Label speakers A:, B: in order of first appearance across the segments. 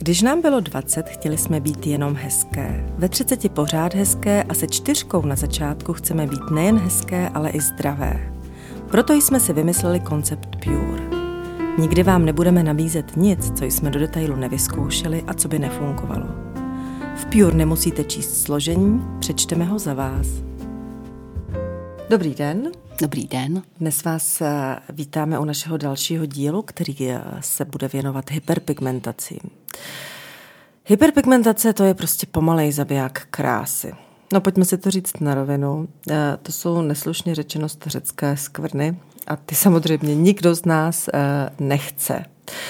A: Když nám bylo 20, chtěli jsme být jenom hezké. Ve 30 pořád hezké a se 4 na začátku chceme být nejen hezké, ale i zdravé. Proto jsme si vymysleli koncept Pure. Nikdy vám nebudeme nabízet nic, co jsme do detailu nevyzkoušeli a co by nefungovalo. V Pure nemusíte číst složení, přečteme ho za vás. Dobrý den.
B: Dobrý den.
A: Dnes vás vítáme u našeho dalšího dílu, který se bude věnovat hyperpigmentacím. Hyperpigmentace to je prostě pomalej zabiják krásy. No pojďme si to říct na rovinu. To jsou neslušně řečeno stařecké skvrny a ty samozřejmě nikdo z nás nechce.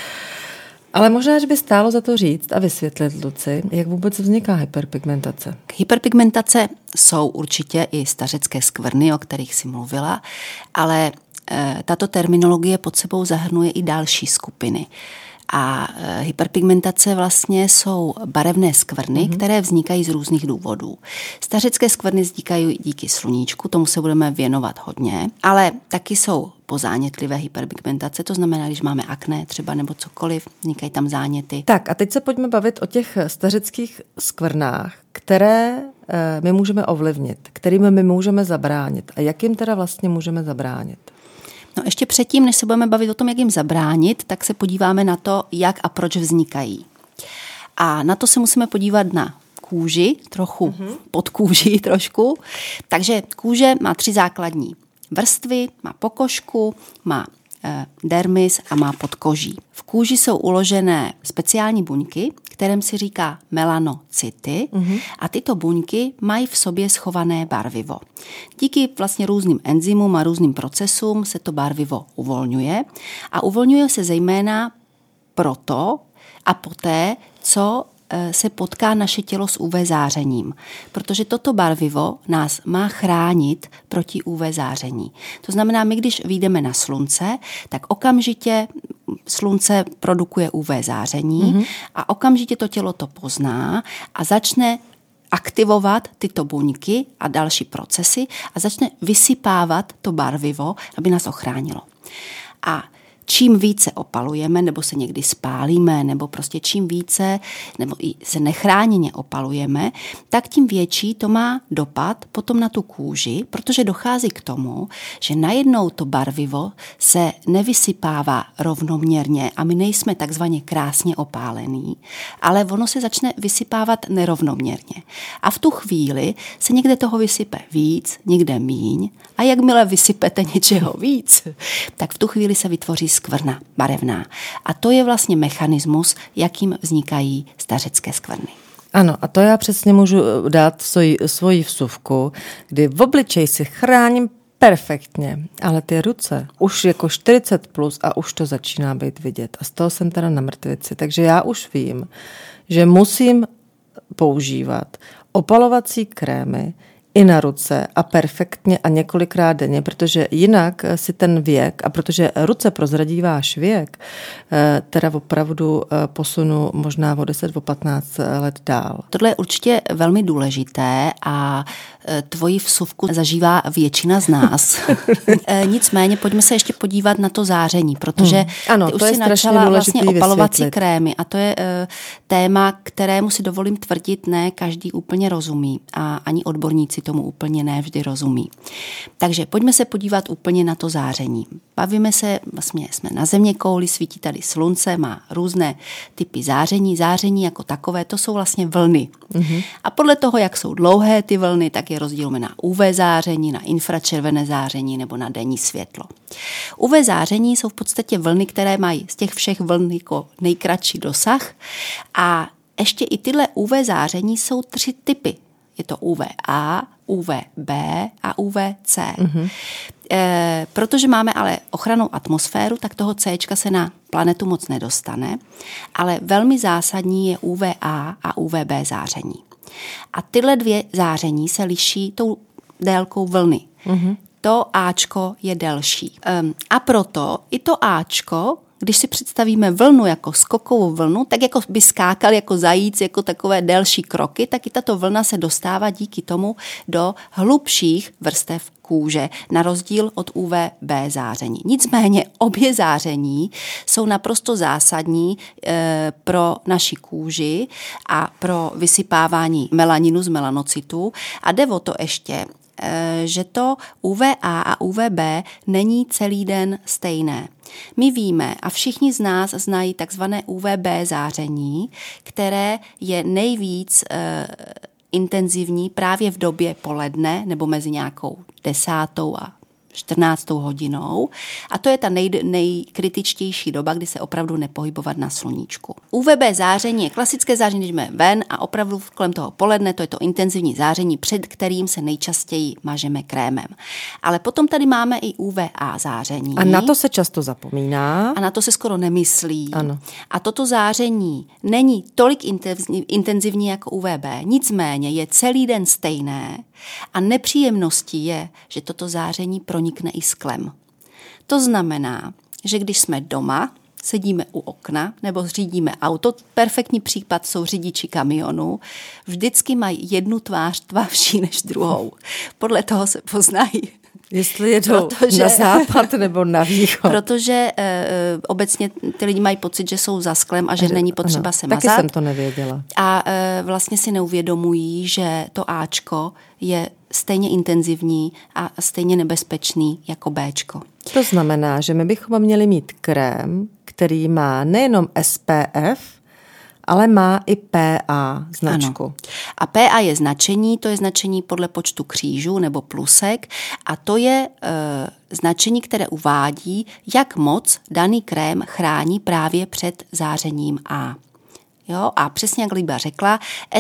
A: Ale možná, že by stálo za to říct a vysvětlit, Luci, jak vůbec vzniká hyperpigmentace.
B: Hyperpigmentace jsou určitě i stařecké skvrny, o kterých jsi mluvila, ale tato terminologie pod sebou zahrnuje i další skupiny. A hyperpigmentace vlastně jsou barevné skvrny, které vznikají z různých důvodů. Stařecké skvrny vznikají díky sluníčku, tomu se budeme věnovat hodně, ale taky jsou pozánětlivé hyperpigmentace, to znamená, když máme akné třeba nebo cokoliv, vznikají tam záněty.
A: Tak a teď se pojďme bavit o těch stařeckých skvrnách, které my můžeme ovlivnit, kterým my můžeme zabránit a jak jim teda vlastně můžeme zabránit.
B: No ještě předtím, než se budeme bavit o tom, jak jim zabránit, tak se podíváme na to, jak a proč vznikají. A na to se musíme podívat na kůži, trochu pod kůží trošku. Takže kůže má 3 základní vrstvy, má pokožku, má dermis a má podkoží. V kůži jsou uložené speciální buňky, kterým se říká melanocyty a tyto buňky mají v sobě schované barvivo. Díky vlastně různým enzymům a různým procesům se to barvivo uvolňuje a uvolňuje se zejména proto a poté, co se potká naše tělo s UV zářením, protože toto barvivo nás má chránit proti UV záření. To znamená, my když vyjdeme na slunce, tak okamžitě slunce produkuje UV záření a okamžitě to tělo to pozná a začne aktivovat tyto buňky a další procesy a začne vysypávat to barvivo, aby nás ochránilo. A čím více opalujeme, nebo se někdy spálíme, nebo prostě čím více, nebo i se nechráněně opalujeme, tak tím větší to má dopad potom na tu kůži, protože dochází k tomu, že najednou to barvivo se nevysypává rovnoměrně a my nejsme takzvaně krásně opálení, ale ono se začne vysypávat nerovnoměrně. A v tu chvíli se někde toho vysype víc, někde míň a jakmile vysypete něčeho víc, tak v tu chvíli se vytvoří skvrna barevná. A to je vlastně mechanismus, jakým vznikají stařecké skvrny.
A: Ano, a to já přesně můžu dát svoji vsuvku, kdy v obličeji si chráním perfektně, ale ty ruce už jako 40 plus a už to začíná být vidět. A z toho jsem teda na mrtvici. Takže já už vím, že musím používat opalovací krémy i na ruce a perfektně a několikrát denně, protože jinak si ten věk, a protože ruce prozradí váš věk, teda opravdu posunu možná o 10, o 15 let dál.
B: Tohle je určitě velmi důležité a tvoji vsuvku zažívá většina z nás. Nicméně pojďme se ještě podívat na to záření, protože
A: ano,
B: ty už
A: to
B: si načala vlastně opalovací krémy a to je téma, kterému si dovolím tvrdit, ne každý úplně rozumí a ani odborníci tomu úplně ne vždy rozumí. Takže pojďme se podívat úplně na to záření. Bavíme se, vlastně jsme na zeměkouli, svítí tady slunce, má různé typy záření. Záření jako takové, to jsou vlastně vlny. A podle toho, jak jsou dlouhé ty vlny, tak je rozdělíme na UV záření, na infračervené záření nebo na denní světlo. UV záření jsou v podstatě vlny, které mají z těch všech vln jako nejkratší dosah a ještě i tyhle UV záření jsou 3 typy. Je to UVA, UVB a UVC. Protože máme ale ochrannou atmosféru, tak toho Cčka se na planetu moc nedostane, ale velmi zásadní je UVA a UVB záření. A tyhle 2 záření se liší tou délkou vlny. To Ačko je delší. A proto i to Ačko, když si představíme vlnu jako skokovou vlnu, tak jako by skákal jako zajíc, jako takové delší kroky, tak i tato vlna se dostává díky tomu do hlubších vrstev kůže, na rozdíl od UVB záření. Nicméně obě záření jsou naprosto zásadní pro naši kůži a pro vysypávání melaninu z melanocytů. A jde o to ještě, že to UVA a UVB není celý den stejné. My víme a všichni z nás znají takzvané UVB záření, které je nejvíc intenzivní právě v době poledne nebo mezi nějakou 10. a 14. hodinou a to je ta nejkritičtější doba, kdy se opravdu nepohybovat na sluníčku. UVB záření je klasické záření, když jsme ven a opravdu kolem toho poledne, to je to intenzivní záření, před kterým se nejčastěji mažeme krémem. Ale potom tady máme i UVA záření.
A: A na to se často zapomíná.
B: A na to se skoro nemyslí.
A: Ano.
B: A toto záření není tolik intenzivní jako UVB, nicméně je celý den stejné a nepříjemností je, že toto záření pronikne i sklem. To znamená, že když jsme doma, sedíme u okna nebo řídíme auto, perfektní případ jsou řidiči kamionů, vždycky mají jednu tvář tmavší než druhou. Podle toho se poznají.
A: Jestli jedou na západ nebo na východ.
B: Protože obecně ty lidi mají pocit, že jsou za sklem a že není potřeba se mazat.
A: Taky jsem to nevěděla.
B: A vlastně si neuvědomují, že to Ačko je stejně intenzivní a stejně nebezpečný jako Bčko.
A: To znamená, že my bychom měli mít krém, který má nejenom SPF, ale má i PA značku.
B: Ano. A PA je značení, to je značení podle počtu křížů nebo plusek a to je značení, které uvádí, jak moc daný krém chrání právě před zářením A. Jo, a přesně jak Líba řekla,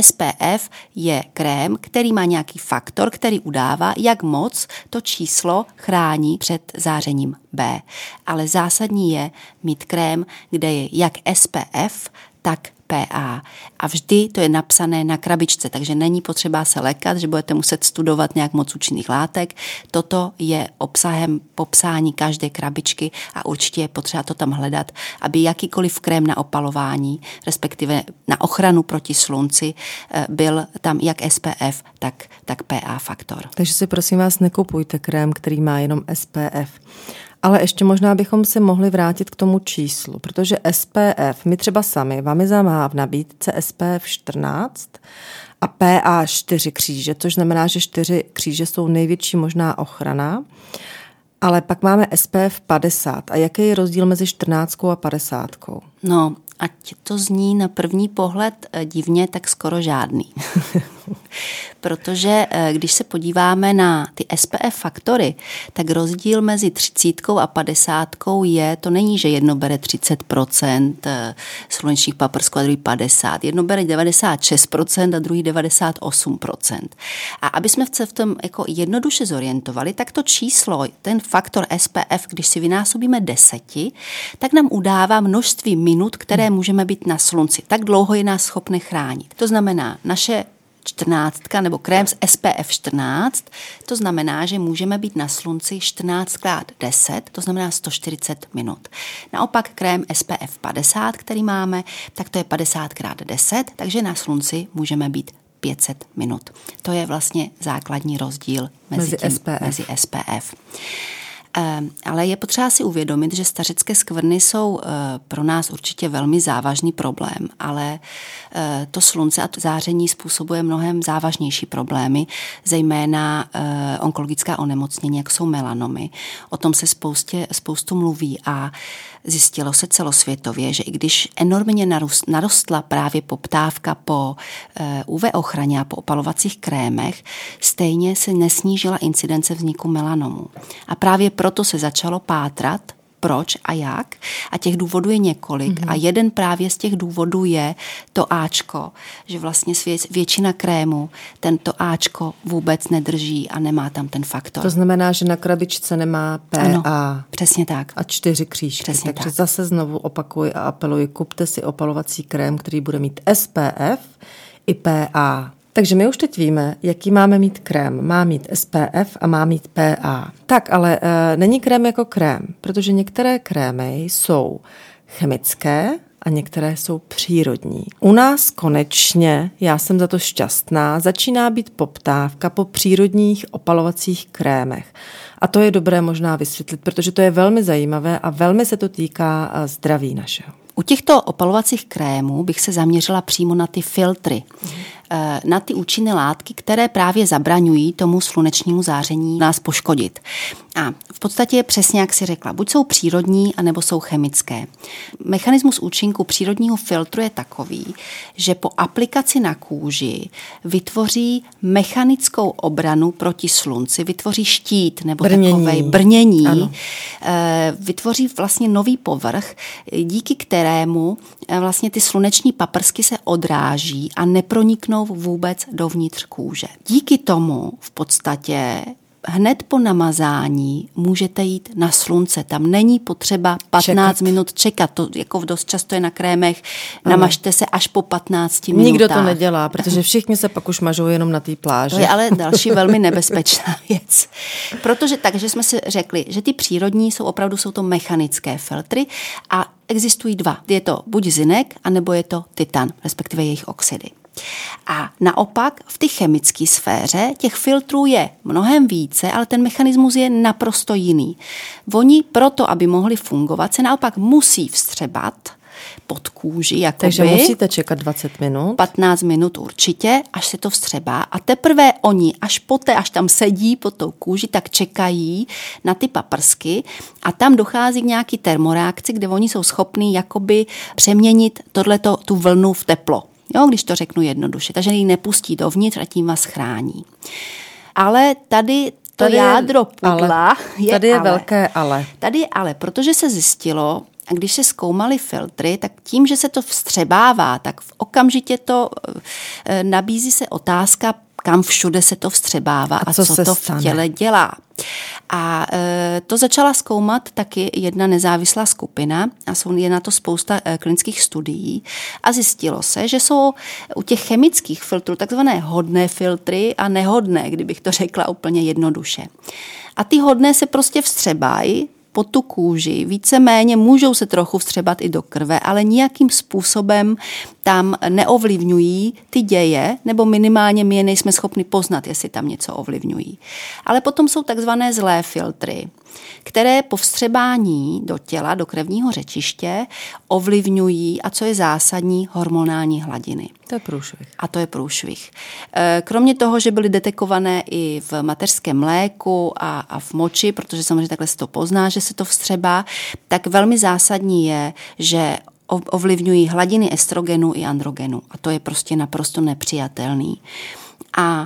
B: SPF je krém, který má nějaký faktor, který udává, jak moc to číslo chrání před zářením B. Ale zásadní je mít krém, kde je jak SPF, tak PA. A vždy to je napsané na krabičce, takže není potřeba se lékat, že budete muset studovat nějak moc účinných látek. Toto je obsahem popsání každé krabičky a určitě je potřeba to tam hledat, aby jakýkoliv krém na opalování, respektive na ochranu proti slunci, byl tam jak SPF, tak PA faktor.
A: Takže si prosím vás nekupujte krém, který má jenom SPF. Ale ještě možná bychom se mohli vrátit k tomu číslu, protože SPF, my třeba sami, Vamiza má v nabídce SPF 14 a PA 4 kříže, což znamená, že 4 kříže jsou největší možná ochrana, ale pak máme SPF 50. A jaký je rozdíl mezi 14 a 50?
B: No, ať to zní na první pohled divně, tak skoro žádný. Protože když se podíváme na ty SPF faktory, tak rozdíl mezi 30 a 50 je, to není, že jedno bere 30% slunečních paprsků a druhý 50%. Jedno bere 96% a druhý 98%. A aby jsme se v tom jako jednoduše zorientovali, tak to číslo, ten faktor SPF, když si vynásobíme 10, tak nám udává množství minut, které můžeme být na slunci. Tak dlouho je nás schopné chránit. To znamená, naše 14 nebo krém z SPF 14, to znamená, že můžeme být na slunci 14x10, to znamená 140 minut. Naopak krém SPF 50, který máme, tak to je 50x10, takže na slunci můžeme být 500 minut. To je vlastně základní rozdíl mezi SPF. Ale je potřeba si uvědomit, že stařecké skvrny jsou pro nás určitě velmi závažný problém, ale to slunce a to záření způsobuje mnohem závažnější problémy, zejména onkologická onemocnění, jak jsou melanomy. O tom se spoustu mluví a zjistilo se celosvětově, že i když enormně narostla právě poptávka po UV ochraně a po opalovacích krémech, stejně se nesnížila incidence vzniku melanomu. A právě proto se začalo pátrat, proč a jak. A těch důvodů je několik. A jeden právě z těch důvodů je to Ačko, že vlastně většina krému tento Ačko vůbec nedrží a nemá tam ten faktor.
A: To znamená, že na krabičce nemá PA.
B: Ano, přesně tak.
A: A 4 křížky.
B: Přesně
A: Takže
B: tak.
A: zase znovu opakuji a apeluji, kupte si opalovací krém, který bude mít SPF i PA. Takže my už teď víme, jaký máme mít krém. Má mít SPF a má mít PA. Tak, ale není krém jako krém, protože některé krémy jsou chemické a některé jsou přírodní. U nás konečně, já jsem za to šťastná, začíná být poptávka po přírodních opalovacích krémech. A to je dobré možná vysvětlit, protože to je velmi zajímavé a velmi se to týká zdraví našeho.
B: U těchto opalovacích krémů bych se zaměřila přímo na ty filtry, na ty účinné látky, které právě zabraňují tomu slunečnímu záření nás poškodit. A v podstatě je přesně, jak si řekla, buď jsou přírodní, anebo jsou chemické. Mechanismus účinku přírodního filtru je takový, že po aplikaci na kůži vytvoří mechanickou obranu proti slunci, vytvoří štít nebo takové brnění, vytvoří vlastně nový povrch, díky kterému vlastně ty sluneční paprsky se odráží a neproniknou vůbec dovnitř kůže. Díky tomu v podstatě hned po namazání můžete jít na slunce. Tam není potřeba 15 minut čekat. To jako dost často je na krémech. Namažte se až po 15 minutách.
A: Nikdo to nedělá, protože všichni se pak už mažou jenom na té pláži.
B: To je ale další velmi nebezpečná věc. Protože takže jsme si řekli, že ty přírodní jsou to mechanické filtry a existují dva. Je to buď zinek, anebo je to titan, respektive jejich oxidy. A naopak v té chemické sféře těch filtrů je mnohem více, ale ten mechanismus je naprosto jiný. Oni proto, aby mohli fungovat, se naopak musí vstřebat pod kůži. Jakoby,
A: takže musíte čekat 20 minut?
B: 15 minut určitě, až se to vstřebá. A teprve oni, až poté, až tam sedí pod tou kůži, tak čekají na ty paprsky a tam dochází k nějaký termoreakci, kde oni jsou schopní jakoby přeměnit tu vlnu v teplo. Jo, když to řeknu jednoduše. Takže ji nepustí dovnitř a tím vás chrání. Ale tady jádro pudla je
A: tady je
B: ale.
A: Velké ale.
B: Tady je ale, protože se zjistilo, a když se zkoumaly filtry, tak tím, že se to vstřebává, tak okamžitě to nabízí se otázka, kam všude se to vstřebává a co to v těle dělá. A to začala zkoumat taky jedna nezávislá skupina a je na to spousta klinických studií a zjistilo se, že jsou u těch chemických filtrů takzvané hodné filtry a nehodné, kdybych to řekla úplně jednoduše. A ty hodné se prostě vstřebají pod tu kůži, víceméně můžou se trochu vstřebat i do krve, ale nijakým způsobem tam neovlivňují ty děje, nebo minimálně my je nejsme schopni poznat, jestli tam něco ovlivňují. Ale potom jsou takzvané zlé filtry, které po vstřebání do těla, do krevního řečiště ovlivňují, a co je zásadní, hormonální hladiny.
A: To je průšvih.
B: A to je průšvih. Kromě toho, že byly detekované i v mateřském mléku a v moči, protože samozřejmě takhle se to pozná, že se to vstřebá, tak velmi zásadní je, že ovlivňují hladiny estrogenu i androgenu. A to je prostě naprosto nepřijatelný. A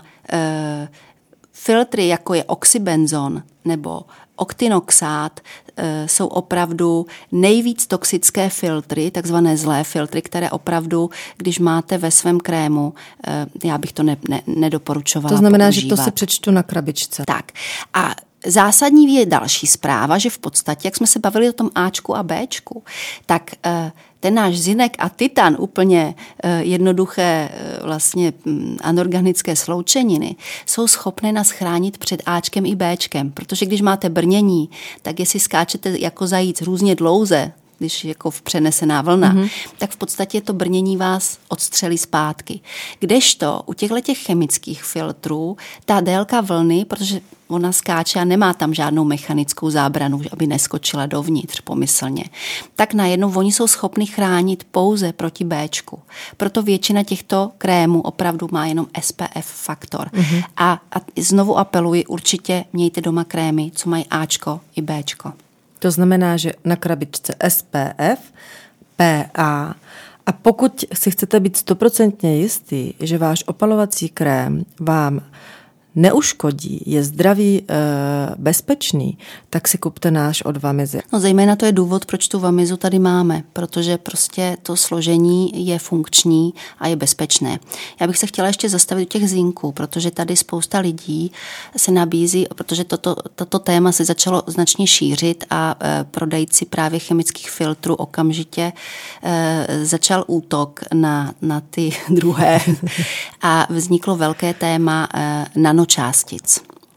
B: filtry, jako je oxybenzon nebo oktinoxát, jsou opravdu nejvíc toxické filtry, takzvané zlé filtry, které opravdu, když máte ve svém krému, já bych to nedoporučovala.
A: To znamená,
B: používat.
A: že to si přečtu na krabičce.
B: Tak. A zásadní je další zpráva, že v podstatě, jak jsme se bavili o tom Ačku a Bčku, tak ten náš zinek a titan, úplně jednoduché vlastně anorganické sloučeniny, jsou schopné nás chránit před Ačkem i Bčkem, protože když máte brnění, tak jestli skáčete jako zajíc různě dlouze, když jako přenesená vlna, tak v podstatě to brnění vás odstřelí zpátky. Kdežto u těchto chemických filtrů ta délka vlny, protože ona skáče a nemá tam žádnou mechanickou zábranu, aby neskočila dovnitř pomyslně, tak najednou oni jsou schopni chránit pouze proti Bčku. Proto většina těchto krémů opravdu má jenom SPF faktor. A znovu apeluji, určitě mějte doma krémy, co mají Ačko i Bčko.
A: To znamená, že na krabičce SPF, PA, a pokud si chcete být 100% jistý, že váš opalovací krém vám neuškodí, je zdravý, bezpečný, tak si kupte náš od Vamizy.
B: No zejména to je důvod, proč tu Vamizu tady máme, protože prostě to složení je funkční a je bezpečné. Já bych se chtěla ještě zastavit u těch zinků, protože tady spousta lidí se nabízí, protože toto téma se začalo značně šířit a prodejci právě chemických filtrů okamžitě začal útok na ty druhé a vzniklo velké téma nanočástic.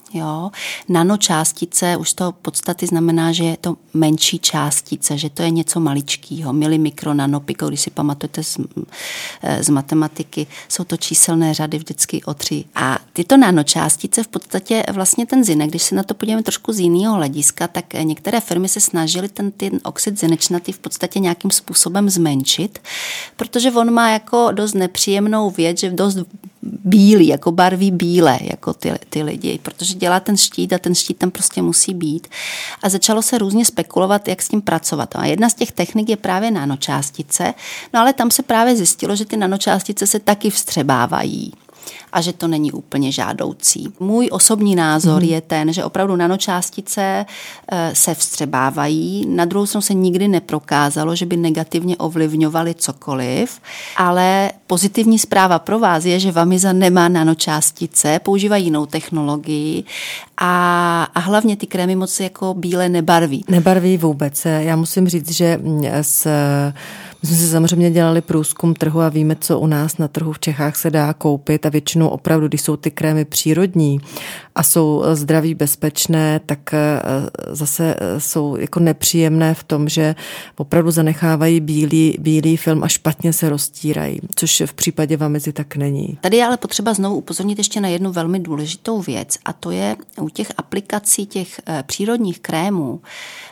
B: Jo. Nanočástice už to podstaty znamená, že je to menší částice, že to je něco maličkého. Milimikro, nanopiko, když si pamatujete z matematiky, jsou to číselné řady vždycky o 3. A tyto nanočástice v podstatě vlastně ten zinek, když se na to podíváme trošku z jiného hlediska, tak některé firmy se snažily ten oxid zinečnatý v podstatě nějakým způsobem zmenšit, protože on má jako dost nepříjemnou věc, že dost bílý, jako barví bílé, jako ty lidi, protože dělá ten štít a ten štít tam prostě musí být. A začalo se různě spekulovat, jak s tím pracovat. A jedna z těch technik je právě nanočástice, no ale tam se právě zjistilo, že ty nanočástice se taky vstřebávají a že to není úplně žádoucí. Můj osobní názor je ten, že opravdu nanočástice se vstřebávají, na druhou stranu se nikdy neprokázalo, že by negativně ovlivňovaly cokoliv, ale pozitivní zpráva pro vás je, že Vamiza nemá nanočástice, používá jinou technologii a hlavně ty krémy moc jako bílé nebarví.
A: Nebarví vůbec. Já musím říct, že my jsme si samozřejmě dělali průzkum trhu a víme, co u nás na trhu v Čechách se dá koupit a většinou opravdu, když jsou ty krémy přírodní a jsou zdraví, bezpečné, tak zase jsou jako nepříjemné v tom, že opravdu zanechávají bílý film a špatně se roztírají, což v případě Vamizy tak není.
B: Tady je ale potřeba znovu upozornit ještě na jednu velmi důležitou věc a to je u těch aplikací těch přírodních krémů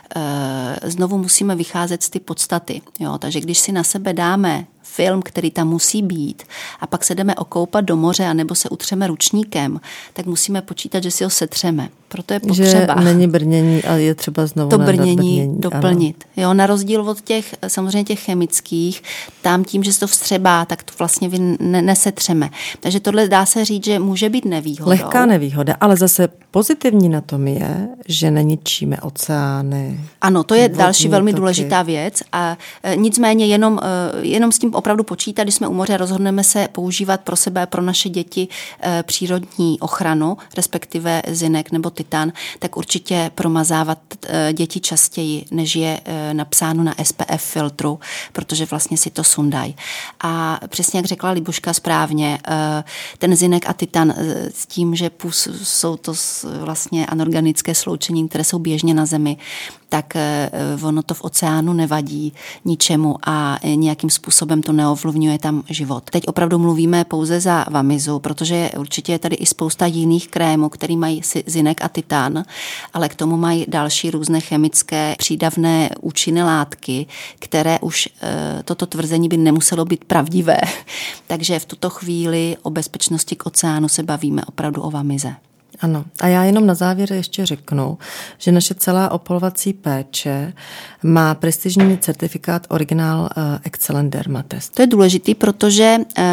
B: znovu musíme vycházet z ty podstaty. Jo? Takže když si na sebe dáme film, který tam musí být a pak se jdeme okoupat do moře anebo se utřeme ručníkem, tak musíme počítat, že si ho setřeme. Proto je potřeba.
A: Že není brnění, ale je třeba znovu
B: to brnění doplnit. Jo, na rozdíl od těch, samozřejmě těch chemických, tam tím, že se to vstřebá, tak to vlastně nesetřeme. Takže tohle dá se říct, že může být nevýhodou.
A: Lehká nevýhoda, ale zase pozitivní na tom je, že neničíme oceány.
B: Ano, to je další velmi důležitá věc a nicméně jenom s tím opravdu počítat, když jsme u moře, rozhodneme se používat pro sebe a pro naše děti přírodní ochranu, respektive zinek nebo titan, tak určitě promazávat děti častěji, než je napsáno na SPF filtru, protože vlastně si to sundají. A přesně jak řekla Libuška správně, ten zinek a titan s tím, že jsou to vlastně anorganické sloučení, které jsou běžně na Zemi, tak ono to v oceánu nevadí ničemu a nějakým způsobem to neovlivňuje tam život. Teď opravdu mluvíme pouze za Vamizu, protože určitě je tady i spousta jiných krémů, který mají zinek a titan, ale k tomu mají další různé chemické přídavné účinné látky, které už toto tvrzení by nemuselo být pravdivé. Takže v tuto chvíli o bezpečnosti k oceánu se bavíme opravdu o Vamize.
A: Ano. A já jenom na závěr ještě řeknu, že naše celá opalovací péče má prestižní certifikát Original Excellent Derma Test.
B: To je důležitý, protože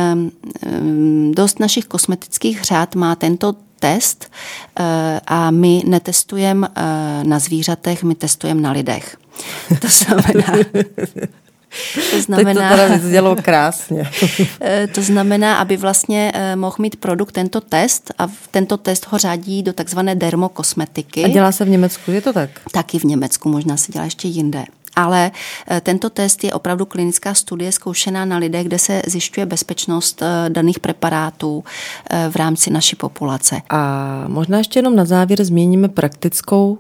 B: dost našich kosmetických řád má tento test a my netestujeme na zvířatech, my testujeme na lidech. To znamená...
A: Teď to teda vyznělo krásně.
B: To znamená, aby vlastně mohl mít produkt tento test a tento test ho řadí do takzvané dermokosmetiky.
A: A dělá se v Německu, je to tak?
B: Taky v Německu, možná se dělá ještě jinde. Ale tento test je opravdu klinická studie zkoušená na lidech, kde se zjišťuje bezpečnost daných preparátů v rámci naší populace.
A: A možná ještě jenom na závěr zmíníme praktickou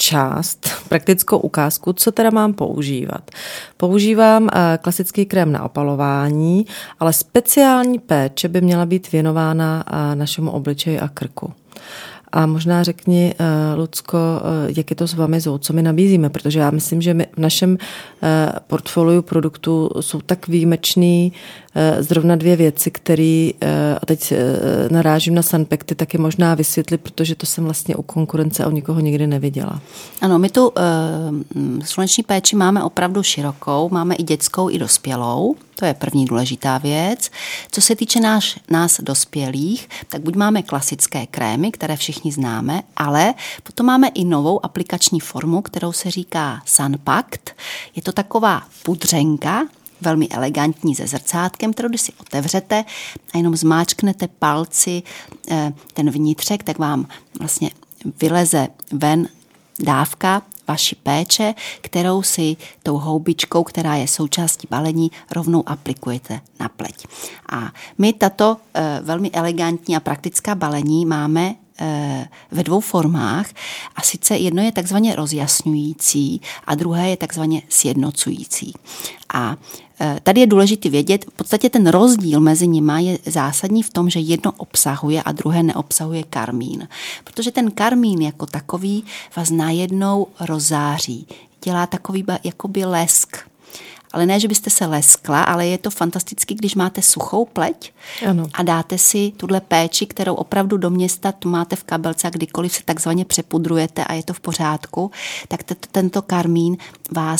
A: ukázku, co teda mám používat. Používám klasický krém na opalování, ale speciální péče by měla být věnována našemu obličeji a krku. A možná řekni, Lucko, jak je to s Vamizou, co my nabízíme, protože já myslím, že my v našem portfoliu produktů jsou tak výjimečný zrovna 2 věci, které, a teď narážím na Sunpecty, tak je možná vysvětlit, protože to jsem vlastně u konkurence a u nikoho nikdy neviděla.
B: Ano, my tu sluneční péči máme opravdu širokou, máme i dětskou, i dospělou. To je první důležitá věc. Co se týče nás dospělých, tak buď máme klasické krémy, které všichni známe, ale potom máme i novou aplikační formu, kterou se říká Sunpact. Je to taková pudřenka, velmi elegantní se zrcátkem, kterou když si otevřete a jenom zmáčknete palci ten vnitřek, tak vám vlastně vyleze ven dávka vaší péče, kterou si tou houbičkou, která je součástí balení, rovnou aplikujete na pleť. A my tato velmi elegantní a praktická balení máme ve 2 formách a sice jedno je takzvaně rozjasňující a druhé je takzvaně sjednocující. A tady je důležité vědět, v podstatě ten rozdíl mezi nimi je zásadní v tom, že jedno obsahuje a druhé neobsahuje karmín. Protože ten karmín jako takový vás najednou rozzáří. Dělá takový jakoby lesk. Ale ne, že byste se leskla, ale je to fantasticky, když máte suchou pleť a dáte si tuhle péči, kterou opravdu do města tu máte v kabelce a kdykoliv se takzvaně přepudrujete a je to v pořádku, tak tento karmín vám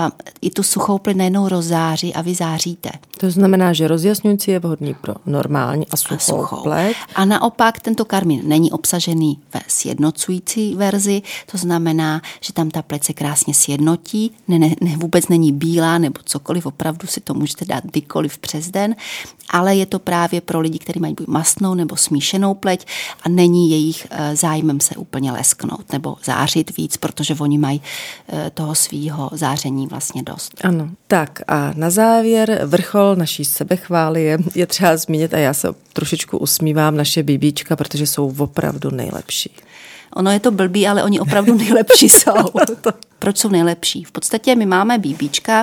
B: i tu suchou pleť najednou rozzáří a vy záříte.
A: To znamená, že rozjasňující je vhodný pro normální a suchou pleť.
B: A naopak tento karmín není obsažený ve sjednocující verzi, to znamená, že tam ta pleť se krásně sjednotí, vůbec není bílá nebo cokoliv, opravdu si to můžete dát kdykoliv přes den, ale je to právě pro lidi, kteří mají buď mastnou nebo smíšenou pleť a není jejich zájmem se úplně lesknout nebo zářit víc, protože oni mají toho svýho záření vlastně dost.
A: Ano, tak a na závěr vrchol naší sebechvály je třeba zmínit, a já se trošičku usmívám, naše bíbíčka, protože jsou opravdu nejlepší.
B: Ono je to blbý, ale oni opravdu nejlepší jsou. Proč jsou nejlepší? V podstatě my máme bíbíčka,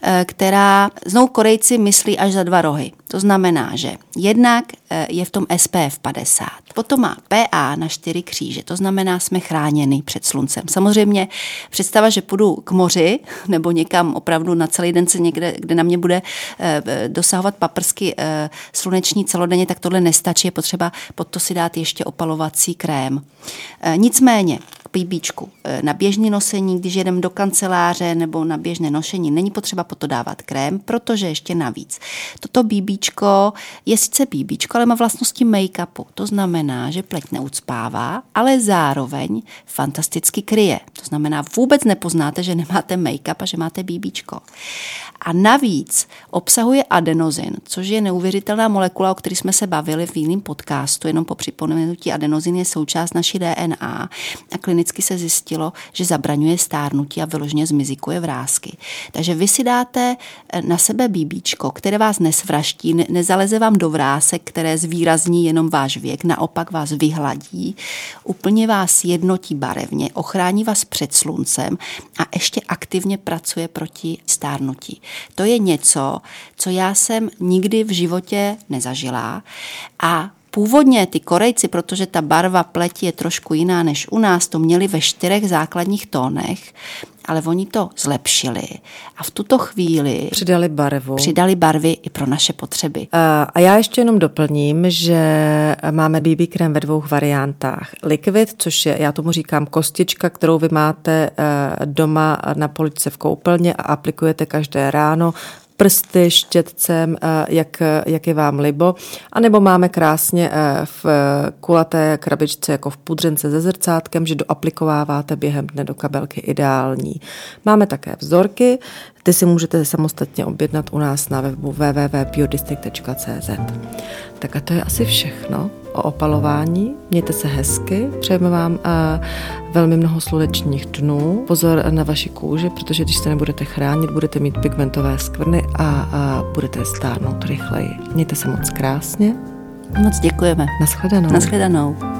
B: která znovu Korejci myslí až za 2 rohy. To znamená, že jednak je v tom SPF 50. Potom má PA na 4 kříže. To znamená, jsme chráněni před sluncem. Samozřejmě představa, že půjdu k moři nebo někam opravdu na celý den se někde, kde na mě bude dosahovat paprsky sluneční celodenně, tak tohle nestačí. Je potřeba pod to si dát ještě opalovací krém. Nicméně bíbíčku na běžné nosení, když jedeme do kanceláře nebo na běžné nošení, není potřeba po to dávat krém, protože ještě navíc. Toto bíbíčko je sice bíbíčko, ale má vlastnosti make-upu. To znamená, že pleť neucpává, ale zároveň fantasticky kryje. To znamená, vůbec nepoznáte, že nemáte make-up a že máte bíbíčko. A navíc obsahuje adenozin, což je neuvěřitelná molekula, o které jsme se bavili v jiném podcastu, jenom po připomenutí. Adenozin je součást naší DNA a klinicky se zjistilo, že zabraňuje stárnutí a vyloženě zmizikuje vrásky. Takže vy si dáte na sebe bíbíčko, které vás nesvraští, nezaleze vám do vrásek, které zvýrazní jenom váš věk, naopak vás vyhladí, úplně vás jednotí barevně, ochrání vás před sluncem a ještě aktivně pracuje proti stárnutí. To je něco, co já jsem nikdy v životě nezažila a původně ty Korejci, protože ta barva pleti je trošku jiná než u nás, to měli ve 4 základních tónech, ale oni to zlepšili a v tuto chvíli přidali barvy i pro naše potřeby.
A: A já ještě jenom doplním, že máme BB krém ve 2 variantách. Liquid, což je, já tomu říkám kostička, kterou vy máte doma na poličce v koupelně a aplikujete každé ráno prsty, štětcem, jak je vám libo. A nebo máme krásně v kulaté krabičce jako v pudřence se zrcátkem, že doaplikováváte během dne do kabelky ideální. Máme také vzorky, ty si můžete samostatně objednat u nás na webu www.biodistrict.cz. Tak a to je asi všechno o opalování. Mějte se hezky, přejeme vám velmi mnoho slunečních dnů. Pozor na vaši kůži, protože když se nebudete chránit, budete mít pigmentové skvrny a budete stárnout rychleji. Mějte se moc krásně.
B: Moc děkujeme.
A: Nashledanou.
B: Nashledanou.